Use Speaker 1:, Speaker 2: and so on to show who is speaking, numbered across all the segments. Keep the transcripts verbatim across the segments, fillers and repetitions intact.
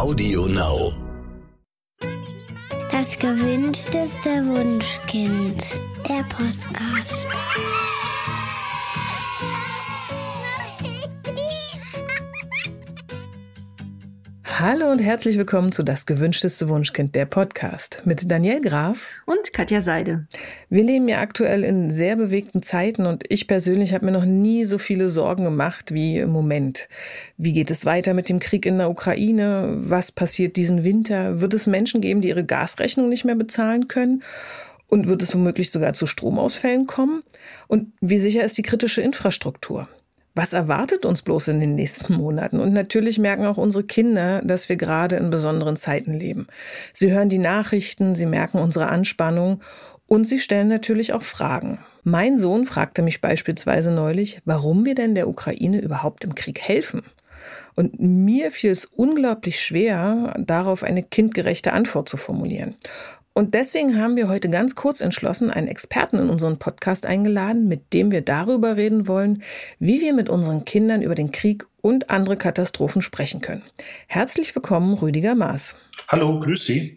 Speaker 1: Audio Now.
Speaker 2: Das gewünschteste Wunschkind. Der Podcast.
Speaker 3: Hallo und herzlich willkommen zu Das gewünschteste Wunschkind, der Podcast mit Danielle Graf
Speaker 4: und Katja Seide.
Speaker 3: Wir leben ja aktuell in sehr bewegten Zeiten und ich persönlich habe mir noch nie so viele Sorgen gemacht wie im Moment. Wie geht es weiter mit dem Krieg in der Ukraine? Was passiert diesen Winter? Wird es Menschen geben, die ihre Gasrechnung nicht mehr bezahlen können? Und wird es womöglich sogar zu Stromausfällen kommen? Und wie sicher ist die kritische Infrastruktur? Was erwartet uns bloß in den nächsten Monaten? Und natürlich merken auch unsere Kinder, dass wir gerade in besonderen Zeiten leben. Sie hören die Nachrichten, sie merken unsere Anspannung und sie stellen natürlich auch Fragen. Mein Sohn fragte mich beispielsweise neulich, warum wir denn der Ukraine überhaupt im Krieg helfen. Und mir fiel es unglaublich schwer, darauf eine kindgerechte Antwort zu formulieren. Und deswegen haben wir heute ganz kurz entschlossen einen Experten in unseren Podcast eingeladen, mit dem wir darüber reden wollen, wie wir mit unseren Kindern über den Krieg und andere Katastrophen sprechen können. Herzlich willkommen, Rüdiger Maas.
Speaker 5: Hallo, grüß Sie.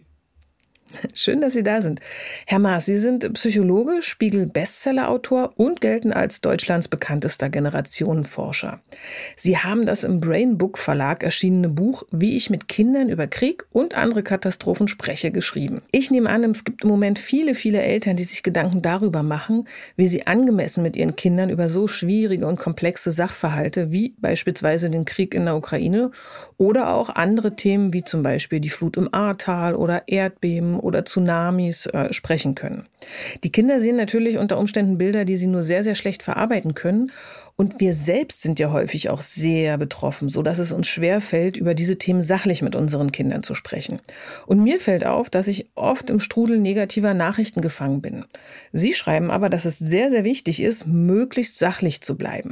Speaker 3: Schön, dass Sie da sind. Herr Maas, Sie sind Psychologe, Spiegel-Bestseller-Autor und gelten als Deutschlands bekanntester Generationenforscher. Sie haben das im Brain Book Verlag erschienene Buch Wie ich mit Kindern über Krieg und andere Katastrophen spreche geschrieben. Ich nehme an, es gibt im Moment viele, viele Eltern, die sich Gedanken darüber machen, wie sie angemessen mit ihren Kindern über so schwierige und komplexe Sachverhalte wie beispielsweise den Krieg in der Ukraine oder auch andere Themen wie zum Beispiel die Flut im Ahrtal oder Erdbeben oder Tsunamis äh, sprechen können. Die Kinder sehen natürlich unter Umständen Bilder, die sie nur sehr, sehr schlecht verarbeiten können. Und wir selbst sind ja häufig auch sehr betroffen, sodass es uns schwerfällt, über diese Themen sachlich mit unseren Kindern zu sprechen. Und mir fällt auf, dass ich oft im Strudel negativer Nachrichten gefangen bin. Sie schreiben aber, dass es sehr, sehr wichtig ist, möglichst sachlich zu bleiben.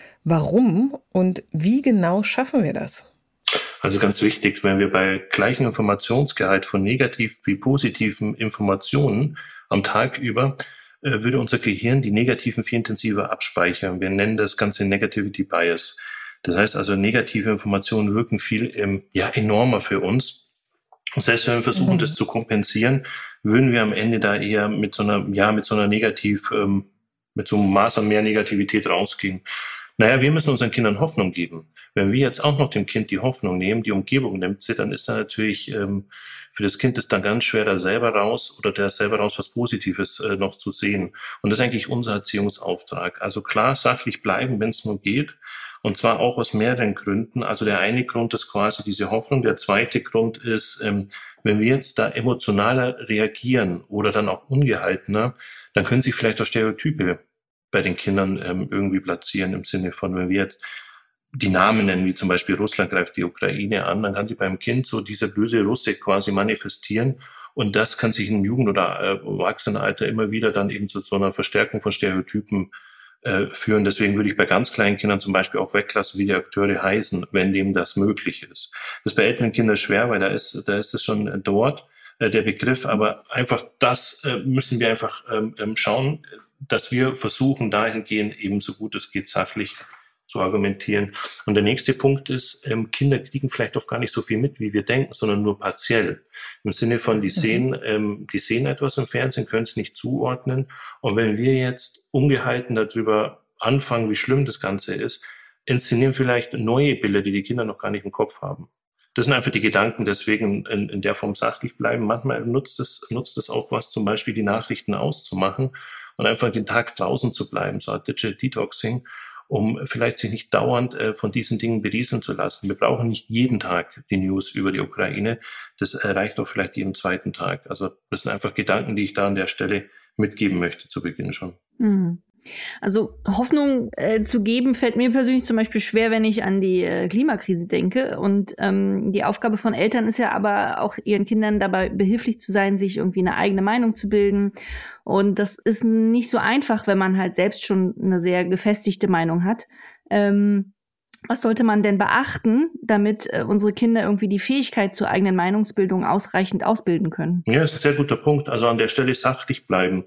Speaker 3: Warum und wie genau schaffen wir das?
Speaker 5: Also ganz wichtig, wenn wir bei gleichem Informationsgehalt von negativ wie positiven Informationen am Tag über, äh, würde unser Gehirn die negativen viel intensiver abspeichern. Wir nennen das Ganze Negativity Bias. Das heißt also, negative Informationen wirken viel ähm, ja, enormer für uns. Und selbst wenn wir versuchen, mhm. das zu kompensieren, würden wir am Ende da eher mit so einer, ja, mit so einer negativ, ähm, mit so einem Maß an mehr Negativität rausgehen. Naja, wir müssen unseren Kindern Hoffnung geben. Wenn wir jetzt auch noch dem Kind die Hoffnung nehmen, die Umgebung nimmt sie, dann ist da natürlich ähm, für das Kind ist dann ganz schwer, da selber raus oder da selber raus was Positives äh, noch zu sehen. Und das ist eigentlich unser Erziehungsauftrag. Also klar, sachlich bleiben, wenn es nur geht. Und zwar auch aus mehreren Gründen. Also der eine Grund ist quasi diese Hoffnung. Der zweite Grund ist, ähm, wenn wir jetzt da emotionaler reagieren oder dann auch ungehaltener, dann können sich vielleicht auch Stereotype bei den Kindern ähm, irgendwie platzieren, im Sinne von, wenn wir jetzt die Namen nennen, wie zum Beispiel Russland greift die Ukraine an, dann kann sich beim Kind so dieser böse Russe quasi manifestieren und das kann sich im Jugend- oder äh, Erwachsenenalter immer wieder dann eben zu so einer Verstärkung von Stereotypen äh, führen. Deswegen würde ich bei ganz kleinen Kindern zum Beispiel auch weglassen, wie die Akteure heißen, wenn dem das möglich ist. Das ist bei älteren Kindern schwer, weil da ist, da ist es schon dort, äh, der Begriff, aber einfach das äh, müssen wir einfach ähm, schauen, dass wir versuchen, dahingehend eben so gut es geht, sachlich zu argumentieren. Und der nächste Punkt ist, ähm, Kinder kriegen vielleicht auch gar nicht so viel mit, wie wir denken, sondern nur partiell. Im Sinne von, die sehen, ähm, die sehen etwas im Fernsehen, können es nicht zuordnen. Und wenn wir jetzt ungehalten darüber anfangen, wie schlimm das Ganze ist, inszenieren vielleicht neue Bilder, die die Kinder noch gar nicht im Kopf haben. Das sind einfach die Gedanken, deswegen in, in der Form sachlich bleiben. Manchmal nutzt es, nutzt es auch was, zum Beispiel die Nachrichten auszumachen und einfach den Tag draußen zu bleiben, so ein Digital Detoxing, um vielleicht sich nicht dauernd äh, von diesen Dingen berieseln zu lassen. Wir brauchen nicht jeden Tag die News über die Ukraine. Das äh, reicht auch vielleicht jeden zweiten Tag. Also das sind einfach Gedanken, die ich da an der Stelle mitgeben möchte, zu Beginn schon.
Speaker 4: Mhm. Also Hoffnung äh, zu geben, fällt mir persönlich zum Beispiel schwer, wenn ich an die äh, Klimakrise denke. Und ähm, die Aufgabe von Eltern ist ja aber auch, ihren Kindern dabei behilflich zu sein, sich irgendwie eine eigene Meinung zu bilden. Und das ist nicht so einfach, wenn man halt selbst schon eine sehr gefestigte Meinung hat. Ähm, was sollte man denn beachten, damit äh, unsere Kinder irgendwie die Fähigkeit zur eigenen Meinungsbildung ausreichend ausbilden können?
Speaker 5: Ja, das ist ein sehr guter Punkt. Also an der Stelle sachlich bleiben.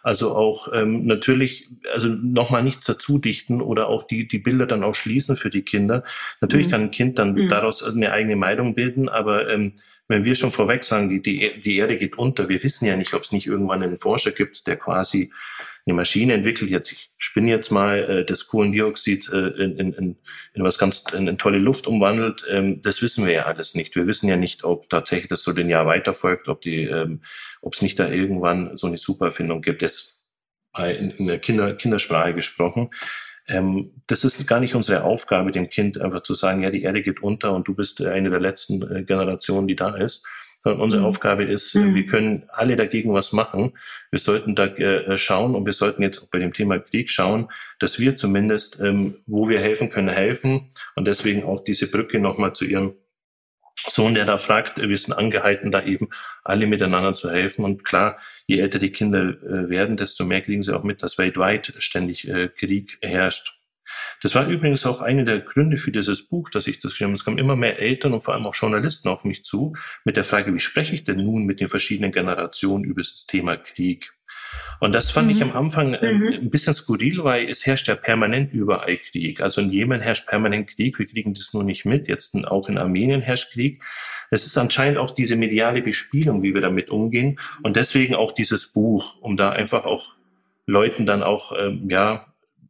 Speaker 5: Also auch ähm, natürlich, also nochmal nichts dazu dichten oder auch die die Bilder dann auch schließen für die Kinder. Natürlich mhm. kann ein Kind dann mhm. daraus eine eigene Meinung bilden, aber ähm, wenn wir schon vorweg sagen, die, die, die Erde geht unter, wir wissen ja nicht, ob es nicht irgendwann einen Forscher gibt, der quasi eine Maschine entwickelt, jetzt, ich spinne jetzt mal, äh, das Kohlendioxid äh, in, in, in, in was ganz, in, in tolle Luft umwandelt, ähm, das wissen wir ja alles nicht. Wir wissen ja nicht, ob tatsächlich das so linear weiterfolgt, ob die, ähm, ob es nicht da irgendwann so eine Supererfindung gibt. Jetzt in, in der Kinder, Kindersprache gesprochen. Ähm, das ist gar nicht unsere Aufgabe, dem Kind einfach zu sagen, ja, die Erde geht unter und du bist eine der letzten äh, Generationen, die da ist. Sondern unsere mhm. Aufgabe ist, mhm. wir können alle dagegen was machen. Wir sollten da äh, schauen und wir sollten jetzt auch bei dem Thema Krieg schauen, dass wir zumindest, ähm, wo wir helfen können, helfen. Und deswegen auch diese Brücke nochmal zu Ihrem Sohn, der da fragt, wir sind angehalten, da eben alle miteinander zu helfen. Und klar, je älter die Kinder äh, werden, desto mehr kriegen sie auch mit, dass weltweit ständig äh, Krieg herrscht. Das war übrigens auch einer der Gründe für dieses Buch, dass ich das geschrieben habe. Es kamen immer mehr Eltern und vor allem auch Journalisten auf mich zu mit der Frage, wie spreche ich denn nun mit den verschiedenen Generationen über das Thema Krieg? Und das fand mhm. ich am Anfang äh, mhm. ein bisschen skurril, weil es herrscht ja permanent überall Krieg. Also in Jemen herrscht permanent Krieg, wir kriegen das nur nicht mit. Jetzt auch in Armenien herrscht Krieg. Es ist anscheinend auch diese mediale Bespielung, wie wir damit umgehen. Und deswegen auch dieses Buch, um da einfach auch Leuten dann auch, ähm, ja,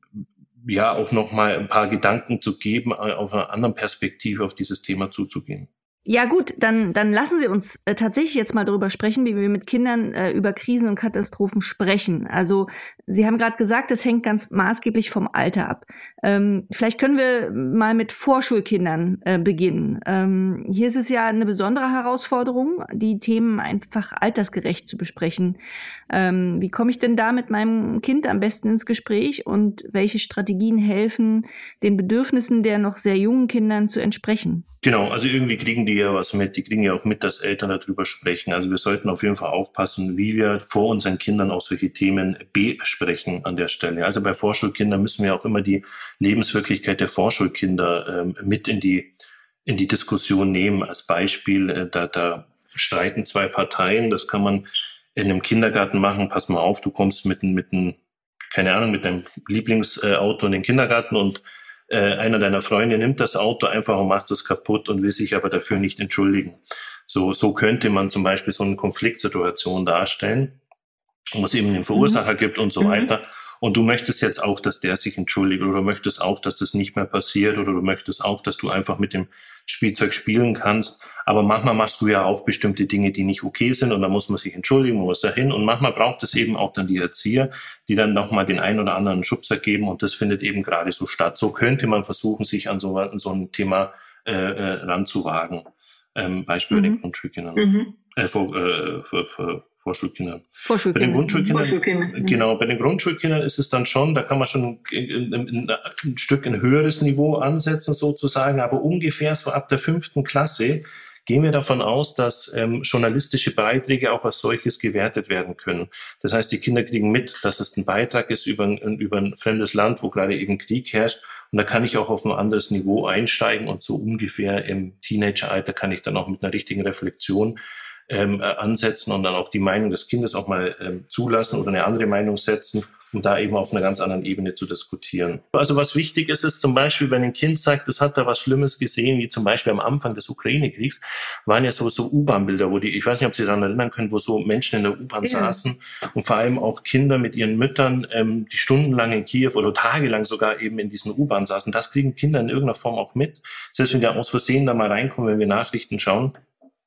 Speaker 5: ja auch nochmal ein paar Gedanken zu geben, auf einer anderen Perspektive auf dieses Thema zuzugehen.
Speaker 4: Ja gut, dann dann lassen Sie uns äh, tatsächlich jetzt mal darüber sprechen, wie wir mit Kindern äh, über Krisen und Katastrophen sprechen. Also Sie haben gerade gesagt, das hängt ganz maßgeblich vom Alter ab. Ähm, vielleicht können wir mal mit Vorschulkindern äh, beginnen. Ähm, hier ist es ja eine besondere Herausforderung, die Themen einfach altersgerecht zu besprechen. Ähm, wie komme ich denn da mit meinem Kind am besten ins Gespräch und welche Strategien helfen, den Bedürfnissen der noch sehr jungen Kindern zu entsprechen?
Speaker 5: Genau, also irgendwie kriegen die ja was mit, die kriegen ja auch mit, dass Eltern darüber sprechen. Also wir sollten auf jeden Fall aufpassen, wie wir vor unseren Kindern auch solche Themen besprechen an der Stelle. Also bei Vorschulkindern müssen wir auch immer die Lebenswirklichkeit der Vorschulkinder ähm, mit in die in die Diskussion nehmen. Als Beispiel, äh, da, da streiten zwei Parteien, das kann man in einem Kindergarten machen. Pass mal auf, du kommst mit mit einem, keine Ahnung, mit deinem Lieblingsauto in den Kindergarten und Äh, einer deiner Freunde nimmt das Auto einfach und macht es kaputt und will sich aber dafür nicht entschuldigen. So, so könnte man zum Beispiel so eine Konfliktsituation darstellen, wo es eben einen Verursacher mhm. gibt und so mhm. weiter. Und du möchtest jetzt auch, dass der sich entschuldigt oder du möchtest auch, dass das nicht mehr passiert oder du möchtest auch, dass du einfach mit dem Spielzeug spielen kannst. Aber manchmal machst du ja auch bestimmte Dinge, die nicht okay sind und da muss man sich entschuldigen, man muss da hin. Und manchmal braucht es eben auch dann die Erzieher, die dann nochmal den einen oder anderen Schubser geben und das findet eben gerade so statt. So könnte man versuchen, sich an so, an so ein Thema äh, äh, ranzuwagen. Ähm, Beispiel mhm. bei den Grundschulkindern. Mhm. Äh, vor, äh, für, für Vorschulkindern.
Speaker 4: Vorschulkinder.
Speaker 5: Bei den Grundschulkindern,
Speaker 4: Vorschulkinder.
Speaker 5: genau, bei den Grundschulkindern ist es dann schon, da kann man schon ein, ein, ein Stück ein höheres Niveau ansetzen sozusagen, aber ungefähr so ab der fünften Klasse gehen wir davon aus, dass ähm, journalistische Beiträge auch als solches gewertet werden können. Das heißt, die Kinder kriegen mit, dass es ein Beitrag ist über ein, über ein fremdes Land, wo gerade eben Krieg herrscht. Und da kann ich auch auf ein anderes Niveau einsteigen und so ungefähr im Teenageralter kann ich dann auch mit einer richtigen Reflexion ähm, ansetzen und dann auch die Meinung des Kindes auch mal ähm, zulassen oder eine andere Meinung setzen, um da eben auf einer ganz anderen Ebene zu diskutieren. Also was wichtig ist, ist zum Beispiel, wenn ein Kind sagt, es hat da was Schlimmes gesehen, wie zum Beispiel am Anfang des Ukraine-Kriegs, waren ja so, so U-Bahn-Bilder, wo die, ich weiß nicht, ob Sie daran erinnern können, wo so Menschen in der U-Bahn ja. saßen und vor allem auch Kinder mit ihren Müttern, ähm, die stundenlang in Kiew oder tagelang sogar eben in diesen U-Bahn saßen. Das kriegen Kinder in irgendeiner Form auch mit. Selbst wenn wir aus Versehen da mal reinkommen, wenn wir Nachrichten schauen.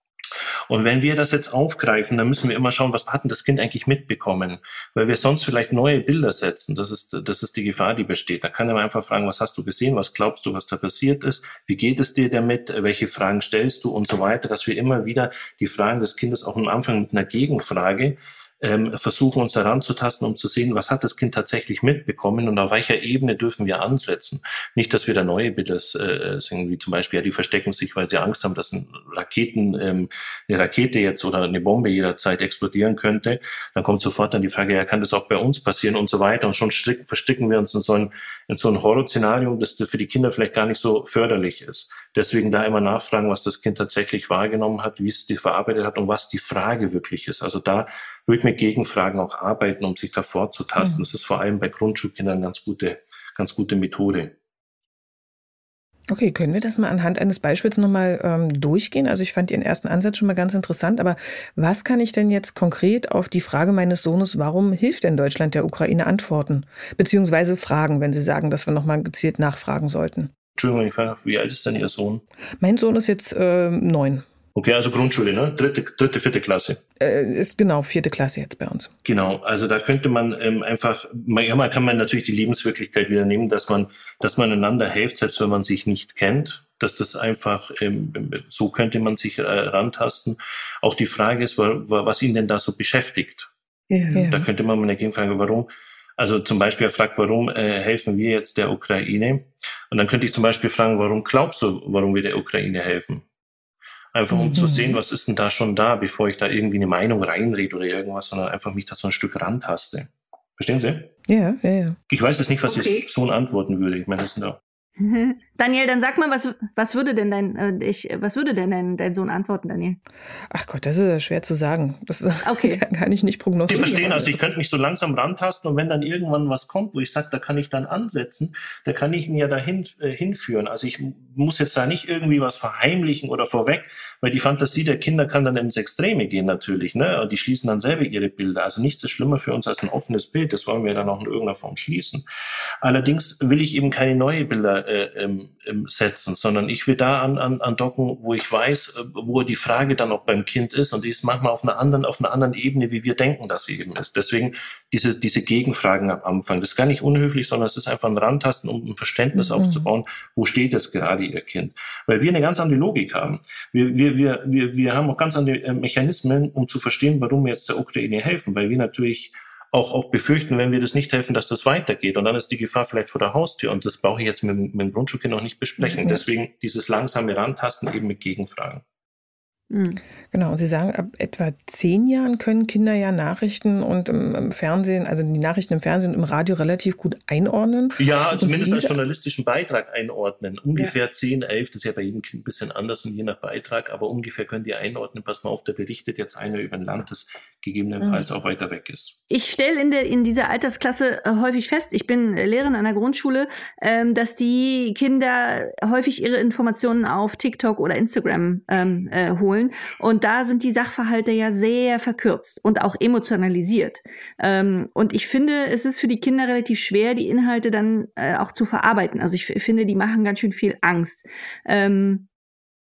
Speaker 5: Und wenn wir das jetzt aufgreifen, dann müssen wir immer schauen, was hat denn das Kind eigentlich mitbekommen? Weil wir sonst vielleicht neue Bilder setzen. Das ist, das ist die Gefahr, die besteht. Da kann man einfach fragen, was hast du gesehen? Was glaubst du, was da passiert ist? Wie geht es dir damit? Welche Fragen stellst du? Und so weiter, dass wir immer wieder die Fragen des Kindes auch am Anfang mit einer Gegenfrage Ähm, versuchen uns heranzutasten, um zu sehen, was hat das Kind tatsächlich mitbekommen und auf welcher Ebene dürfen wir ansetzen. Nicht, dass wir da neue Bilder äh, sehen, wie zum Beispiel, ja, die verstecken sich, weil sie Angst haben, dass ein Raketen, ähm, eine Rakete jetzt oder eine Bombe jederzeit explodieren könnte. Dann kommt sofort dann die Frage, ja, kann das auch bei uns passieren und so weiter. Und schon strick, verstricken wir uns in so ein, in so ein Horrorszenario, das für die Kinder vielleicht gar nicht so förderlich ist. Deswegen da immer nachfragen, was das Kind tatsächlich wahrgenommen hat, wie es die verarbeitet hat und was die Frage wirklich ist. Also da würde ich mir mit Gegenfragen auch arbeiten, um sich da vorzutasten.
Speaker 3: Mhm.
Speaker 5: Das ist vor allem bei Grundschulkindern eine ganz gute, ganz gute Methode.
Speaker 3: Okay, können wir das mal anhand eines Beispiels nochmal ähm, durchgehen? Also ich fand Ihren ersten Ansatz schon mal ganz interessant, aber was kann ich denn jetzt konkret auf die Frage meines Sohnes, warum hilft denn Deutschland der Ukraine, antworten? Beziehungsweise fragen, wenn Sie sagen, dass wir nochmal gezielt nachfragen sollten.
Speaker 5: Entschuldigung, ich frage, wie alt ist denn Ihr Sohn?
Speaker 3: Mein Sohn ist jetzt äh, neun.
Speaker 5: Okay, also Grundschule, ne? Dritte, dritte, vierte Klasse.
Speaker 3: Äh, ist genau vierte Klasse jetzt bei uns.
Speaker 5: Genau, also da könnte man ähm, einfach, manchmal kann man natürlich die Lebenswirklichkeit wieder nehmen, dass man, dass man einander hilft, selbst wenn man sich nicht kennt, dass das einfach, ähm, so könnte man sich äh, rantasten. Auch die Frage ist, was ihn denn da so beschäftigt.
Speaker 3: Ja.
Speaker 5: Da könnte man mal eine Gegenfrage, warum, also zum Beispiel er fragt, warum äh, helfen wir jetzt der Ukraine? Und dann könnte ich zum Beispiel fragen, warum glaubst du, warum wir der Ukraine helfen? Einfach um mhm. zu sehen, was ist denn da schon da, bevor ich da irgendwie eine Meinung reinrede oder irgendwas, sondern einfach mich da so ein Stück rantaste. Verstehen Sie?
Speaker 3: Ja, ja, ja.
Speaker 5: Ich weiß jetzt nicht, was
Speaker 4: okay.
Speaker 5: Ihr Sohn antworten würde. Ich meine, das sind da.
Speaker 4: Daniel, dann sag mal, was, was würde denn dein, äh, ich, was würde denn dein, dein Sohn antworten, Daniel?
Speaker 3: Ach Gott, das ist schwer zu sagen. Das
Speaker 4: okay.
Speaker 3: kann, kann ich nicht prognostizieren.
Speaker 5: Sie verstehen, also ich könnte mich so langsam rantasten und wenn dann irgendwann was kommt, wo ich sage, da kann ich dann ansetzen, da kann ich ihn ja dahin äh, hinführen. Also ich muss jetzt da nicht irgendwie was verheimlichen oder vorweg, weil die Fantasie der Kinder kann dann ins Extreme gehen natürlich, ne? Die schließen dann selber ihre Bilder. Also nichts ist schlimmer für uns als ein offenes Bild. Das wollen wir dann auch in irgendeiner Form schließen. Allerdings will ich eben keine neue Bilder Äh, ähm, ähm, setzen, sondern ich will da an, an, andocken, wo ich weiß, äh, wo die Frage dann auch beim Kind ist und die ist manchmal auf einer anderen, auf einer anderen Ebene, wie wir denken, dass sie eben ist. Deswegen diese, diese Gegenfragen am Anfang. Das ist gar nicht unhöflich, sondern es ist einfach ein Rantasten, um ein Verständnis mhm. aufzubauen, wo steht jetzt gerade Ihr Kind. Weil wir eine ganz andere Logik haben. Wir, wir, wir, wir, wir haben auch ganz andere Mechanismen, um zu verstehen, warum wir jetzt der Ukraine helfen, weil wir natürlich Auch, auch befürchten, wenn wir das nicht helfen, dass das weitergeht. Und dann ist die Gefahr vielleicht vor der Haustür. Und das brauche ich jetzt mit, mit dem Grundschulkind noch nicht besprechen. Ja. Deswegen dieses langsame Rantasten eben mit Gegenfragen.
Speaker 3: Mhm. Genau, und Sie sagen, ab etwa zehn Jahren können Kinder ja Nachrichten und im, im Fernsehen, also die Nachrichten im Fernsehen und im Radio relativ gut einordnen.
Speaker 5: Ja,
Speaker 3: und
Speaker 5: zumindest
Speaker 3: diese,
Speaker 5: als journalistischen Beitrag einordnen. Ungefähr ja. zehn, elf, das ist ja bei jedem Kind ein bisschen anders und je nach Beitrag, aber ungefähr können die einordnen, pass mal auf, da berichtet jetzt einer über ein Land, das gegebenenfalls mhm. auch weiter weg ist.
Speaker 4: Ich stelle in, der, in dieser Altersklasse äh, häufig fest, ich bin äh, Lehrerin an der Grundschule, ähm, dass die Kinder häufig ihre Informationen auf TikTok oder Instagram ähm, äh, holen. Und da sind die Sachverhalte ja sehr verkürzt und auch emotionalisiert. Ähm, und ich finde, es ist für die Kinder relativ schwer, die Inhalte dann äh, auch zu verarbeiten. Also ich f- finde, die machen ganz schön viel Angst. Ähm,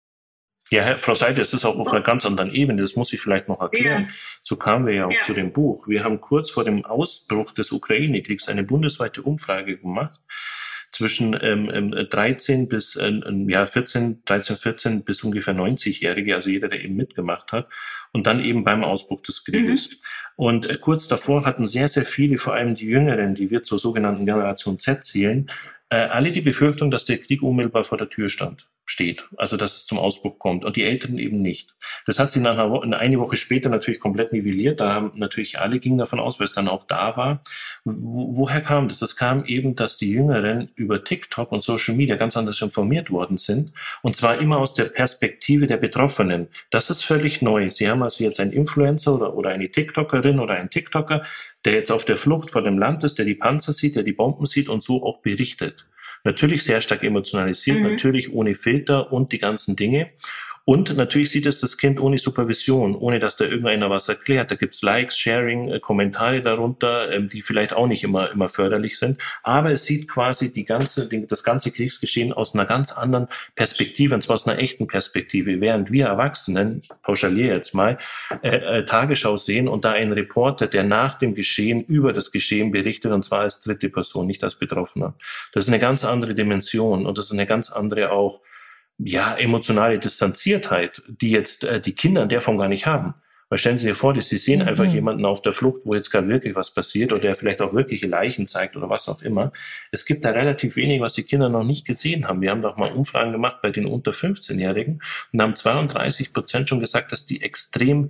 Speaker 5: Ja, Herr, Frau Seidel, es ist auch auf einer ganz anderen Ebene, das muss ich vielleicht noch erklären. Ja. So kamen wir ja auch ja. zu dem Buch. Wir haben kurz vor dem Ausbruch des Ukraine-Kriegs eine bundesweite Umfrage gemacht zwischen ähm, dreizehn bis äh, ja, vierzehn, dreizehn, vierzehn bis ungefähr neunzig-Jährige, also jeder, der eben mitgemacht hat, und dann eben beim Ausbruch des Krieges. Mhm. Und äh, kurz davor hatten sehr, sehr viele, vor allem die Jüngeren, die wir zur sogenannten Generation Z zählen, äh, alle die Befürchtung, dass der Krieg unmittelbar vor der Tür stand. steht, also dass es zum Ausbruch kommt und die Älteren eben nicht. Das hat sie nach einer Woche, eine Woche später natürlich komplett nivelliert, da haben natürlich alle gingen davon aus, weil es dann auch da war. Wo, woher kam das? Das kam eben, dass die Jüngeren über TikTok und Social Media ganz anders informiert worden sind und zwar immer aus der Perspektive der Betroffenen. Das ist völlig neu. Sie haben also jetzt einen Influencer oder, oder eine TikTokerin oder einen TikToker, der jetzt auf der Flucht vor dem Land ist, der die Panzer sieht, der die Bomben sieht und so auch berichtet. Natürlich sehr stark emotionalisiert, mhm. natürlich ohne Filter und die ganzen Dinge. Und natürlich sieht es das Kind ohne Supervision, ohne dass da irgendeiner was erklärt. Da gibt's Likes, Sharing, äh, Kommentare darunter, ähm, die vielleicht auch nicht immer immer förderlich sind. Aber es sieht quasi die ganze, die, das ganze Kriegsgeschehen aus einer ganz anderen Perspektive, und zwar aus einer echten Perspektive. Während wir Erwachsenen, ich pauschaliere jetzt mal, äh, äh, Tagesschau sehen und da ein Reporter, der nach dem Geschehen über das Geschehen berichtet, und zwar als dritte Person, nicht als Betroffener. Das ist eine ganz andere Dimension und das ist eine ganz andere auch ja, emotionale Distanziertheit, die jetzt äh, die Kinder in der Form gar nicht haben. Weil stellen Sie sich vor, Sie sehen mhm. einfach jemanden auf der Flucht, wo jetzt gerade wirklich was passiert oder der vielleicht auch wirkliche Leichen zeigt oder was auch immer. Es gibt da relativ wenig, was die Kinder noch nicht gesehen haben. Wir haben doch mal Umfragen gemacht bei den unter fünfzehn-Jährigen und haben zweiunddreißig Prozent schon gesagt, dass die extrem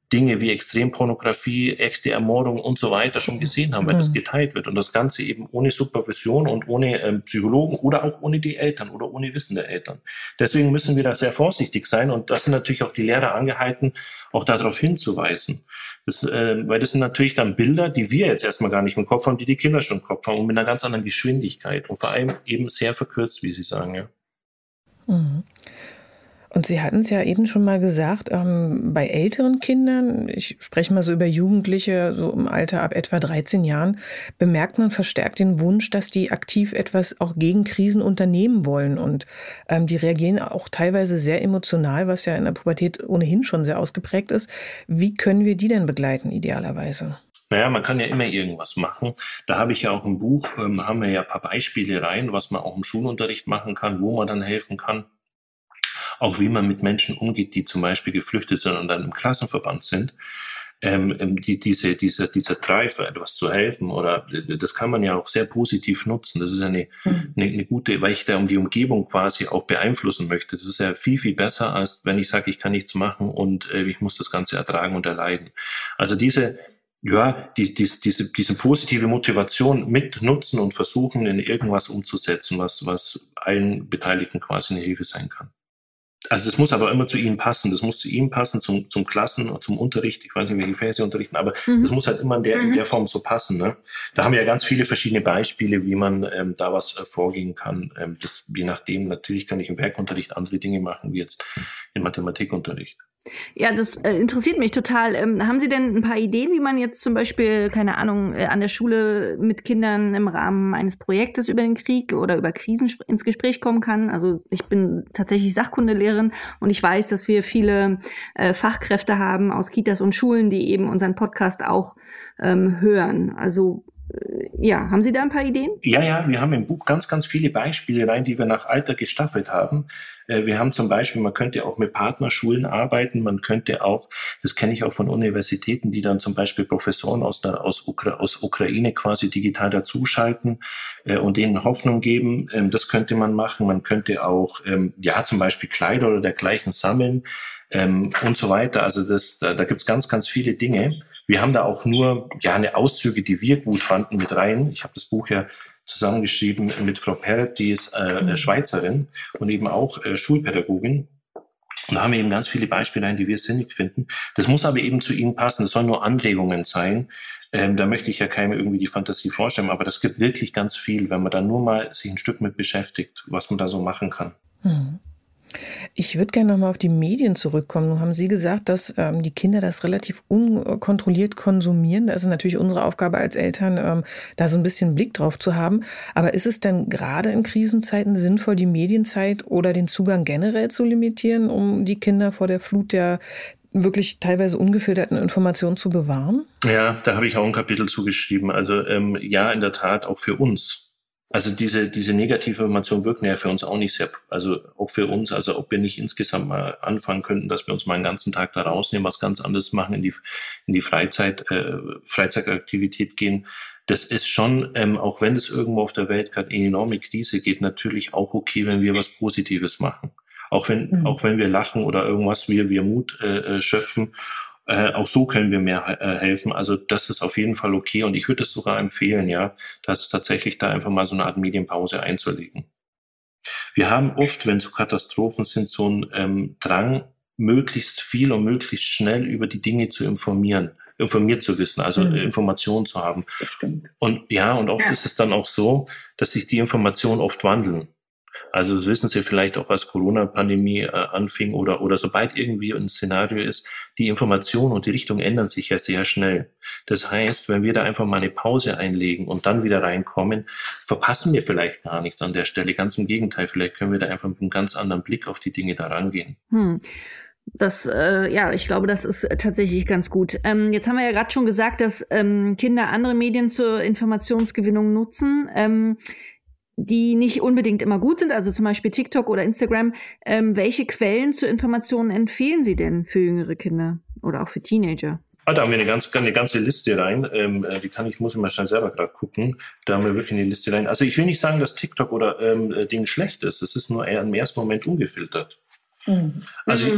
Speaker 5: Dinge wie Extrempornografie, echte Ermordung und so weiter schon gesehen haben, weil das geteilt wird. Und das Ganze eben ohne Supervision und ohne ähm, Psychologen oder auch ohne die Eltern oder ohne Wissen der Eltern. Deswegen müssen wir da sehr vorsichtig sein. Und das sind natürlich auch die Lehrer angehalten, auch darauf hinzuweisen. Das, äh, weil das sind natürlich dann Bilder, die wir jetzt erstmal gar nicht im Kopf haben, die die Kinder schon im Kopf haben und mit einer ganz anderen Geschwindigkeit und vor allem eben sehr verkürzt, wie Sie sagen, ja.
Speaker 3: Mhm. Und Sie hatten es ja eben schon mal gesagt, ähm, bei älteren Kindern, ich spreche mal so über Jugendliche, so im Alter ab etwa dreizehn Jahren, bemerkt man verstärkt den Wunsch, dass die aktiv etwas auch gegen Krisen unternehmen wollen. Und ähm, die reagieren auch teilweise sehr emotional, was ja in der Pubertät ohnehin schon sehr ausgeprägt ist. Wie können wir die denn begleiten, idealerweise?
Speaker 5: Naja, man kann ja immer irgendwas machen. Da habe ich ja auch im Buch, ähm, haben wir ja ein paar Beispiele rein, was man auch im Schulunterricht machen kann, wo man dann helfen kann. Auch wie man mit Menschen umgeht, die zum Beispiel geflüchtet sind und dann im Klassenverband sind. Ähm, die, diese, diese, dieser Drive, etwas zu helfen, oder das kann man ja auch sehr positiv nutzen. Das ist ja eine, mhm. eine, eine gute, weil ich da um die Umgebung quasi auch beeinflussen möchte. Das ist ja viel, viel besser, als wenn ich sage, ich kann nichts machen und äh, ich muss das Ganze ertragen und erleiden. Also diese Ja, die, die, diese, diese positive Motivation mit nutzen und versuchen, in irgendwas umzusetzen, was, was allen Beteiligten quasi eine Hilfe sein kann. Also das muss aber immer zu ihnen passen. Das muss zu ihm passen, zum, zum Klassen, zum Unterricht. Ich weiß nicht, welche Fächer sie unterrichten, aber mhm. das muss halt immer in der, in der Form so passen. Ne? Da haben wir ja ganz viele verschiedene Beispiele, wie man ähm, da was äh, vorgehen kann. Ähm, das, je nachdem, natürlich kann ich im Werkunterricht andere Dinge machen, wie jetzt im Mathematikunterricht.
Speaker 4: Ja, das äh, interessiert mich total. Ähm, haben Sie denn ein paar Ideen, wie man jetzt zum Beispiel, keine Ahnung, äh, an der Schule mit Kindern im Rahmen eines Projektes über den Krieg oder über Krisen sp- ins Gespräch kommen kann? Also ich bin tatsächlich Sachkundelehrerin und ich weiß, dass wir viele äh, Fachkräfte haben aus Kitas und Schulen, die eben unseren Podcast auch ähm, hören. Also ja, haben Sie da ein paar Ideen?
Speaker 5: Ja, ja, wir haben im Buch ganz, ganz viele Beispiele rein, die wir nach Alter gestaffelt haben. Wir haben zum Beispiel, man könnte auch mit Partnerschulen arbeiten, man könnte auch, das kenne ich auch von Universitäten, die dann zum Beispiel Professoren aus der aus, Ukra- aus Ukraine quasi digital dazuschalten äh, und denen Hoffnung geben. Ähm, das könnte man machen. Man könnte auch, ähm, ja, zum Beispiel Kleider oder dergleichen sammeln ähm, und so weiter. Also das, da, da gibt's ganz, ganz viele Dinge. Wir haben da auch nur ja eine Auszüge, die wir gut fanden, mit rein. Ich habe das Buch ja zusammengeschrieben mit Frau Perret, die ist äh, Schweizerin und eben auch äh, Schulpädagogin. Und da haben wir eben ganz viele Beispiele rein, die wir sinnig finden. Das muss aber eben zu Ihnen passen. Das sollen nur Anregungen sein. Ähm, da möchte ich ja keinem irgendwie die Fantasie vorstellen. Aber das gibt wirklich ganz viel, wenn man da nur mal sich ein Stück mit beschäftigt, was man da so machen kann.
Speaker 3: Hm. Ich würde gerne nochmal auf die Medien zurückkommen. Nun haben Sie gesagt, dass ähm, die Kinder das relativ unkontrolliert konsumieren. Da ist es natürlich unsere Aufgabe als Eltern, ähm, da so ein bisschen Blick drauf zu haben. Aber ist es denn gerade in Krisenzeiten sinnvoll, die Medienzeit oder den Zugang generell zu limitieren, um die Kinder vor der Flut der wirklich teilweise ungefilterten Informationen zu bewahren?
Speaker 5: Ja, da habe ich auch ein Kapitel zugeschrieben. Also ähm, ja, in der Tat auch für uns. Also diese diese negative Information wirken ja für uns auch nicht sehr, also auch für uns, also ob wir nicht insgesamt mal anfangen könnten, dass wir uns mal einen ganzen Tag da rausnehmen, was ganz anderes machen, in die in die Freizeit äh, Freizeitaktivität gehen. Das ist schon, ähm, auch wenn es irgendwo auf der Welt gerade eine enorme Krise geht, natürlich auch okay, wenn wir was Positives machen. Auch wenn mhm. auch wenn wir lachen oder irgendwas, wir wir Mut äh, schöpfen. Äh, auch so können wir mehr äh, helfen. Also das ist auf jeden Fall okay. Und ich würde es sogar empfehlen, ja, dass tatsächlich da einfach mal so eine Art Medienpause einzulegen. Wir haben oft, wenn so Katastrophen sind, so einen ähm, Drang, möglichst viel und möglichst schnell über die Dinge zu informieren, informiert zu wissen, also mhm. Informationen zu haben.
Speaker 1: Das stimmt.
Speaker 5: Und ja, und oft ja. ist es dann auch so, dass sich die Informationen oft wandeln. Also das wissen Sie vielleicht auch, als Corona-Pandemie äh, anfing oder oder sobald irgendwie ein Szenario ist, die Informationen und die Richtung ändern sich ja sehr schnell. Das heißt, wenn wir da einfach mal eine Pause einlegen und dann wieder reinkommen, verpassen wir vielleicht gar nichts an der Stelle. Ganz im Gegenteil, vielleicht können wir da einfach mit einem ganz anderen Blick auf die Dinge da rangehen.
Speaker 4: Hm. Das, äh, ja, ich glaube, das ist tatsächlich ganz gut. Ähm, jetzt haben wir ja gerade schon gesagt, dass ähm, Kinder andere Medien zur Informationsgewinnung nutzen. Ähm, die nicht unbedingt immer gut sind, also zum Beispiel TikTok oder Instagram. Ähm, welche Quellen zu Informationen empfehlen Sie denn für jüngere Kinder oder auch für Teenager?
Speaker 5: Ah, da haben wir eine, ganz, eine ganze Liste rein. Ähm, die kann ich, muss ich mal schnell selber gerade gucken. Da haben wir wirklich eine Liste rein. Also ich will nicht sagen, dass TikTok oder ähm, Ding schlecht ist. Es ist nur eher im ersten Moment ungefiltert. Mhm. Also, mhm.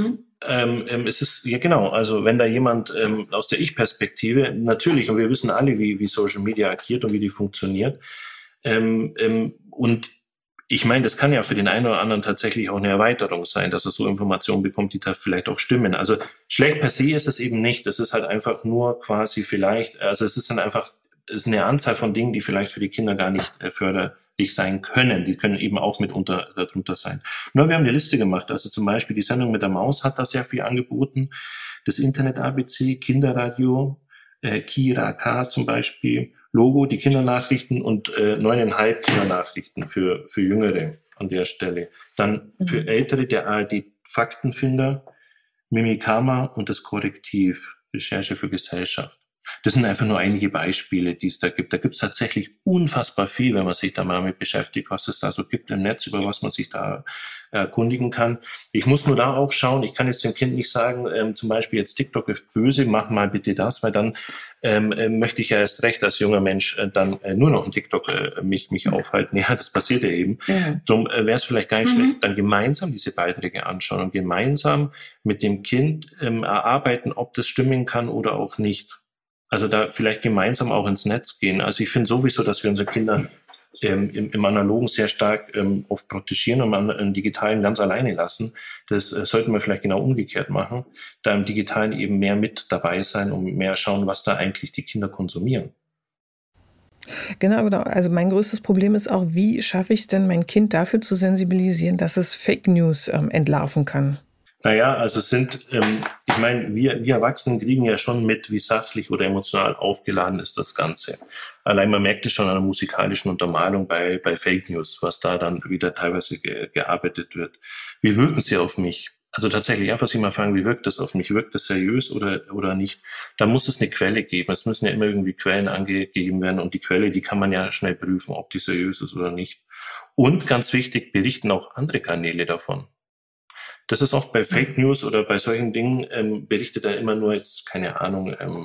Speaker 5: Ähm, ähm, es ist, ja genau, also wenn da jemand ähm, aus der Ich-Perspektive, natürlich, und wir wissen alle, wie, wie Social Media agiert und wie die funktioniert, ähm, ähm, und ich meine, das kann ja für den einen oder anderen tatsächlich auch eine Erweiterung sein, dass er so Informationen bekommt, die da vielleicht auch stimmen. Also schlecht per se ist es eben nicht, es ist halt einfach nur quasi vielleicht, also es ist dann einfach, es ist eine Anzahl von Dingen, die vielleicht für die Kinder gar nicht äh, förderlich sein können. Die können eben auch mitunter darunter sein. Nur wir haben eine Liste gemacht. Also zum Beispiel die Sendung mit der Maus hat da sehr viel angeboten. Das Internet-A B C, Kinderradio, äh, Kira K zum Beispiel, Logo, die Kindernachrichten und äh, neuneinhalb Kindernachrichten für, für Jüngere an der Stelle. Dann für mhm. Ältere der A R D Faktenfinder, Mimikama und das Korrektiv, Recherche für Gesellschaft. Das sind einfach nur einige Beispiele, die es da gibt. Da gibt es tatsächlich unfassbar viel, wenn man sich da mal mit beschäftigt, was es da so gibt im Netz, über was man sich da erkundigen kann. Ich muss nur da auch schauen, ich kann jetzt dem Kind nicht sagen, ähm, zum Beispiel jetzt TikTok ist böse, mach mal bitte das, weil dann ähm, äh, möchte ich ja erst recht als junger Mensch äh, dann äh, nur noch in TikTok äh, mich mich aufhalten. Ja, das passiert ja eben. Ja. Darum äh, wäre es vielleicht gar nicht mhm. schlecht, dann gemeinsam diese Beiträge anschauen und gemeinsam mit dem Kind ähm, erarbeiten, ob das stimmen kann oder auch nicht. Also da vielleicht gemeinsam auch ins Netz gehen. Also ich finde sowieso, dass wir unsere Kinder ähm, im, im Analogen sehr stark ähm, oft protegieren und im Digitalen ganz alleine lassen. Das äh, sollten wir vielleicht genau umgekehrt machen. Da im Digitalen eben mehr mit dabei sein und mehr schauen, was da eigentlich die Kinder konsumieren.
Speaker 3: Genau, genau. Also mein größtes Problem ist auch, wie schaffe ich es denn, mein Kind dafür zu sensibilisieren, dass es Fake News ähm, entlarven kann?
Speaker 5: Naja, also es sind, ähm, ich meine, wir, wir Erwachsenen kriegen ja schon mit, wie sachlich oder emotional aufgeladen ist das Ganze. Allein man merkt es schon an der musikalischen Untermalung bei, bei Fake News, was da dann wieder teilweise ge, gearbeitet wird. Wie wirken sie auf mich? Also tatsächlich einfach sich mal fragen, wie wirkt das auf mich? Wirkt das seriös oder, oder nicht? Da muss es eine Quelle geben. Es müssen ja immer irgendwie Quellen angegeben werden und die Quelle, die kann man ja schnell prüfen, ob die seriös ist oder nicht. Und ganz wichtig, berichten auch andere Kanäle davon. Das ist oft bei Fake News oder bei solchen Dingen, ähm, berichtet er immer nur jetzt, keine Ahnung, ähm,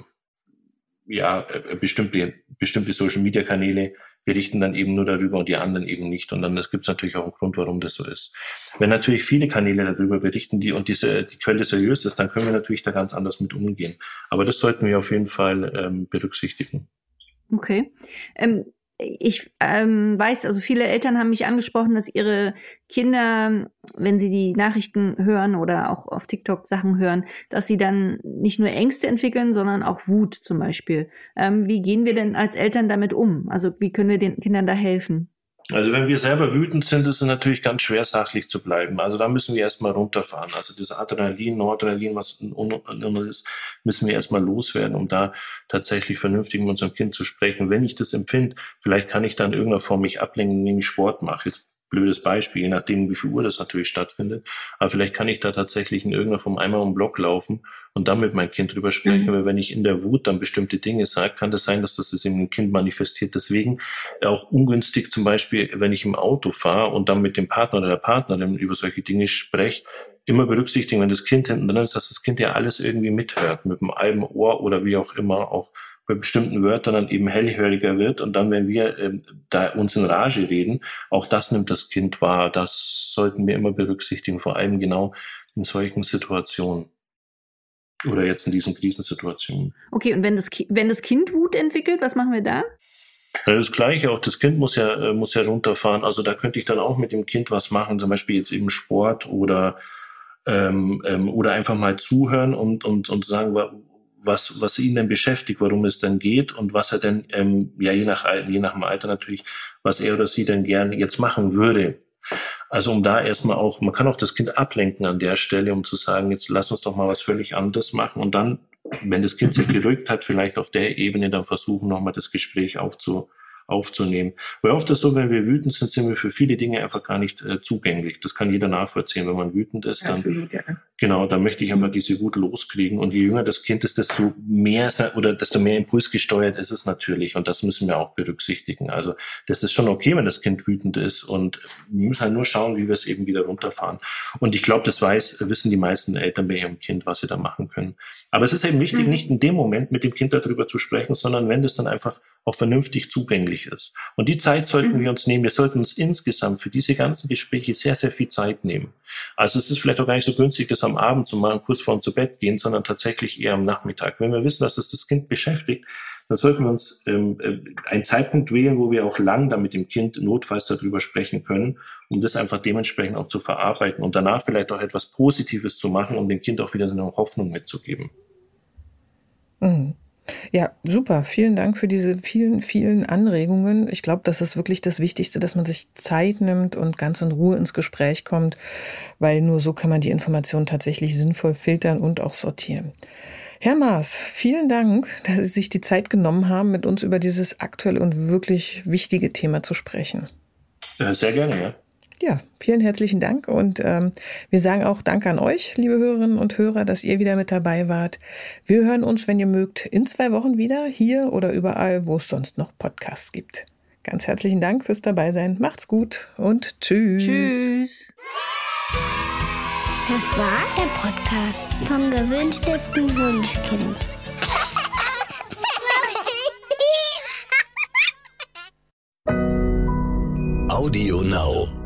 Speaker 5: ja, äh, bestimmte, bestimmte Social-Media-Kanäle berichten dann eben nur darüber und die anderen eben nicht. Und dann gibt es natürlich auch einen Grund, warum das so ist. Wenn natürlich viele Kanäle darüber berichten, die und diese die Quelle seriös ist, dann können wir natürlich da ganz anders mit umgehen. Aber das sollten wir auf jeden Fall ähm, berücksichtigen.
Speaker 4: Okay. Ähm Ich ähm, weiß, also viele Eltern haben mich angesprochen, dass ihre Kinder, wenn sie die Nachrichten hören oder auch auf TikTok Sachen hören, dass sie dann nicht nur Ängste entwickeln, sondern auch Wut zum Beispiel. Ähm, wie gehen wir denn als Eltern damit um? Also wie können wir den Kindern da helfen?
Speaker 5: Also wenn wir selber wütend sind, ist es natürlich ganz schwer, sachlich zu bleiben. Also da müssen wir erstmal runterfahren. Also das Adrenalin, Noradrenalin, was ist, müssen wir erstmal loswerden, um da tatsächlich vernünftig mit unserem Kind zu sprechen. Wenn ich das empfinde, vielleicht kann ich da in irgendeiner Form mich ablenken, indem ich Sport mache. Jetzt blödes Beispiel, je nachdem, wie viel Uhr das natürlich stattfindet. Aber vielleicht kann ich da tatsächlich in irgendeiner Form einmal um den Block laufen und dann mit meinem Kind drüber sprechen. Mhm. Weil wenn ich in der Wut dann bestimmte Dinge sage, kann das sein, dass das sich im Kind manifestiert. Deswegen auch ungünstig zum Beispiel, wenn ich im Auto fahre und dann mit dem Partner oder der Partnerin über solche Dinge spreche, immer berücksichtigen, wenn das Kind hinten drin ist, dass das Kind ja alles irgendwie mithört, mit einem halben Ohr oder wie auch immer, auch bei bestimmten Wörtern dann eben hellhöriger wird und dann, wenn wir ähm, da uns in Rage reden, auch das nimmt das Kind wahr. Das sollten wir immer berücksichtigen, vor allem genau in solchen Situationen oder jetzt in diesen Krisensituationen.
Speaker 4: Okay, und wenn das, Ki- wenn das Kind Wut entwickelt, was machen wir da?
Speaker 5: Ja, das Gleiche, auch das Kind muss ja, muss ja runterfahren. Also da könnte ich dann auch mit dem Kind was machen, zum Beispiel jetzt eben Sport oder, ähm, ähm, oder einfach mal zuhören und, und, und sagen, was, was ihn denn beschäftigt, worum es denn geht und was er denn, ähm, ja, je nach, je nach dem Alter natürlich, was er oder sie denn gern jetzt machen würde. Also um da erstmal auch, man kann auch das Kind ablenken an der Stelle, um zu sagen, jetzt lass uns doch mal was völlig anderes machen und dann, wenn das Kind sich gerückt hat, vielleicht auf der Ebene dann versuchen, nochmal das Gespräch aufzu, aufzunehmen. Weil oft ist es so, wenn wir wütend sind, sind wir für viele Dinge einfach gar nicht äh, zugänglich. Das kann jeder nachvollziehen. Wenn man wütend ist, dann, absolut, ja. Genau, dann möchte ich einfach diese Wut loskriegen. Und je jünger das Kind ist, desto mehr oder desto mehr impulsgesteuert ist es natürlich. Und das müssen wir auch berücksichtigen. Also das ist schon okay, wenn das Kind wütend ist. Und wir müssen halt nur schauen, wie wir es eben wieder runterfahren. Und ich glaube, das weiß, wissen die meisten Eltern bei ihrem Kind, was sie da machen können. Aber es ist eben wichtig, mhm. nicht in dem Moment mit dem Kind darüber zu sprechen, sondern wenn das dann einfach auch vernünftig zugänglich möglich ist. Und die Zeit sollten wir uns nehmen. Wir sollten uns insgesamt für diese ganzen Gespräche sehr, sehr viel Zeit nehmen. Also es ist vielleicht auch gar nicht so günstig, das am Abend zu machen, kurz vor dem zu Bett gehen, sondern tatsächlich eher am Nachmittag. Wenn wir wissen, dass das das Kind beschäftigt, dann sollten wir uns ähm, einen Zeitpunkt wählen, wo wir auch lang dann mit dem Kind notfalls darüber sprechen können, um das einfach dementsprechend auch zu verarbeiten und danach vielleicht auch etwas Positives zu machen, um dem Kind auch wieder so eine Hoffnung mitzugeben.
Speaker 3: Mhm. Ja, super. Vielen Dank für diese vielen, vielen Anregungen. Ich glaube, das ist wirklich das Wichtigste, dass man sich Zeit nimmt und ganz in Ruhe ins Gespräch kommt, weil nur so kann man die Informationen tatsächlich sinnvoll filtern und auch sortieren. Herr Maas, vielen Dank, dass Sie sich die Zeit genommen haben, mit uns über dieses aktuelle und wirklich wichtige Thema zu sprechen.
Speaker 5: Sehr gerne, ja.
Speaker 3: Ja, vielen herzlichen Dank und ähm, wir sagen auch Danke an euch, liebe Hörerinnen und Hörer, dass ihr wieder mit dabei wart. Wir hören uns, wenn ihr mögt, in zwei Wochen wieder, hier oder überall, wo es sonst noch Podcasts gibt. Ganz herzlichen Dank fürs Dabeisein. Macht's gut und tschüss.
Speaker 4: Tschüss.
Speaker 2: Das war der Podcast vom gewünschtesten Wunschkind.
Speaker 1: Audio Now.